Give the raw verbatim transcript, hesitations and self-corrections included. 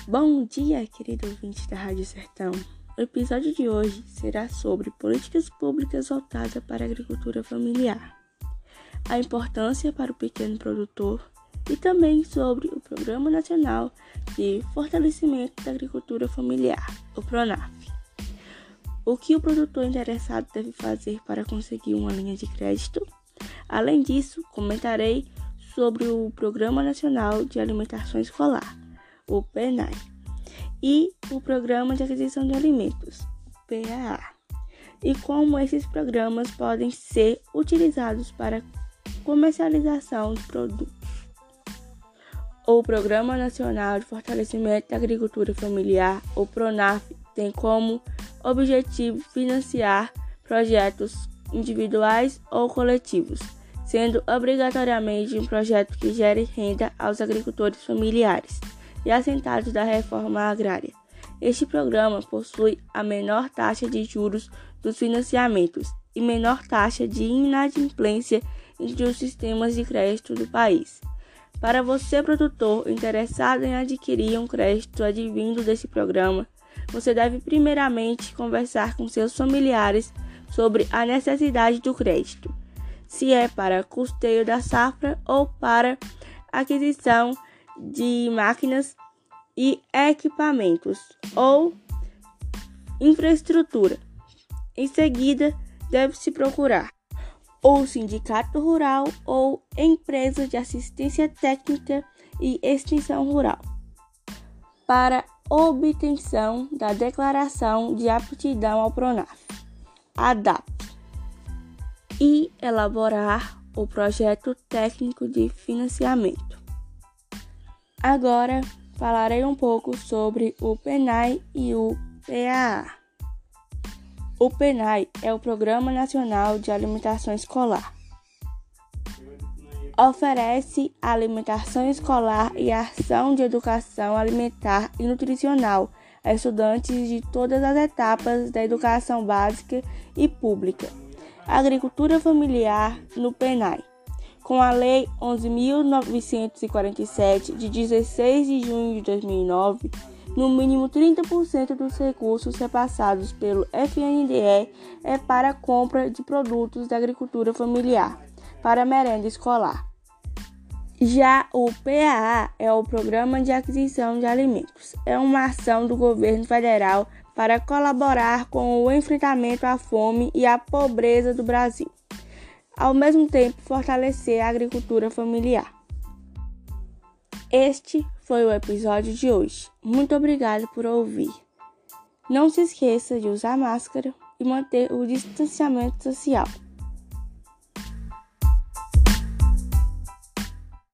Bom dia, querido ouvinte da Rádio Sertão. O episódio de hoje será sobre políticas públicas voltadas para a agricultura familiar, a importância para o pequeno produtor e também sobre o Programa Nacional de Fortalecimento da Agricultura Familiar, o PRONAF. O que o produtor interessado deve fazer para conseguir uma linha de crédito? Além disso, comentarei sobre o Programa Nacional de Alimentação Escolar, o PENAE, e o Programa de Aquisição de Alimentos, o P A A, e como esses programas podem ser utilizados para comercialização de produtos. O Programa Nacional de Fortalecimento da Agricultura Familiar, o PRONAF, tem como objetivo financiar projetos individuais ou coletivos, sendo obrigatoriamente um projeto que gere renda aos agricultores familiares e assentados da reforma agrária. Este programa possui a menor taxa de juros dos financiamentos e menor taxa de inadimplência entre os sistemas de crédito do país. Para você, produtor interessado em adquirir um crédito advindo desse programa, você deve primeiramente conversar com seus familiares sobre a necessidade do crédito, se é para custeio da safra ou para aquisição de máquinas e equipamentos ou infraestrutura. Em seguida, deve-se procurar ou sindicato rural ou empresa de assistência técnica e extensão rural para obtenção da declaração de aptidão ao PRONAF, a D A P, e elaborar o projeto técnico de financiamento. Agora falarei um pouco sobre o PENAE e o P A A. O PENAE é o Programa Nacional de Alimentação Escolar. Oferece alimentação escolar e ação de educação alimentar e nutricional a estudantes de todas as etapas da educação básica e pública. Agricultura familiar no PENAE. Com a Lei onze mil novecentos e quarenta e sete, de dezesseis de junho de dois mil e nove, no mínimo trinta por cento dos recursos repassados pelo F N D E é para a compra de produtos da agricultura familiar para a merenda escolar. Já o P A A é o Programa de Aquisição de Alimentos. É uma ação do governo federal para colaborar com o enfrentamento à fome e à pobreza do Brasil, ao mesmo tempo fortalecer a agricultura familiar. Este foi o episódio de hoje. Muito obrigado por ouvir. Não se esqueça de usar máscara e manter o distanciamento social.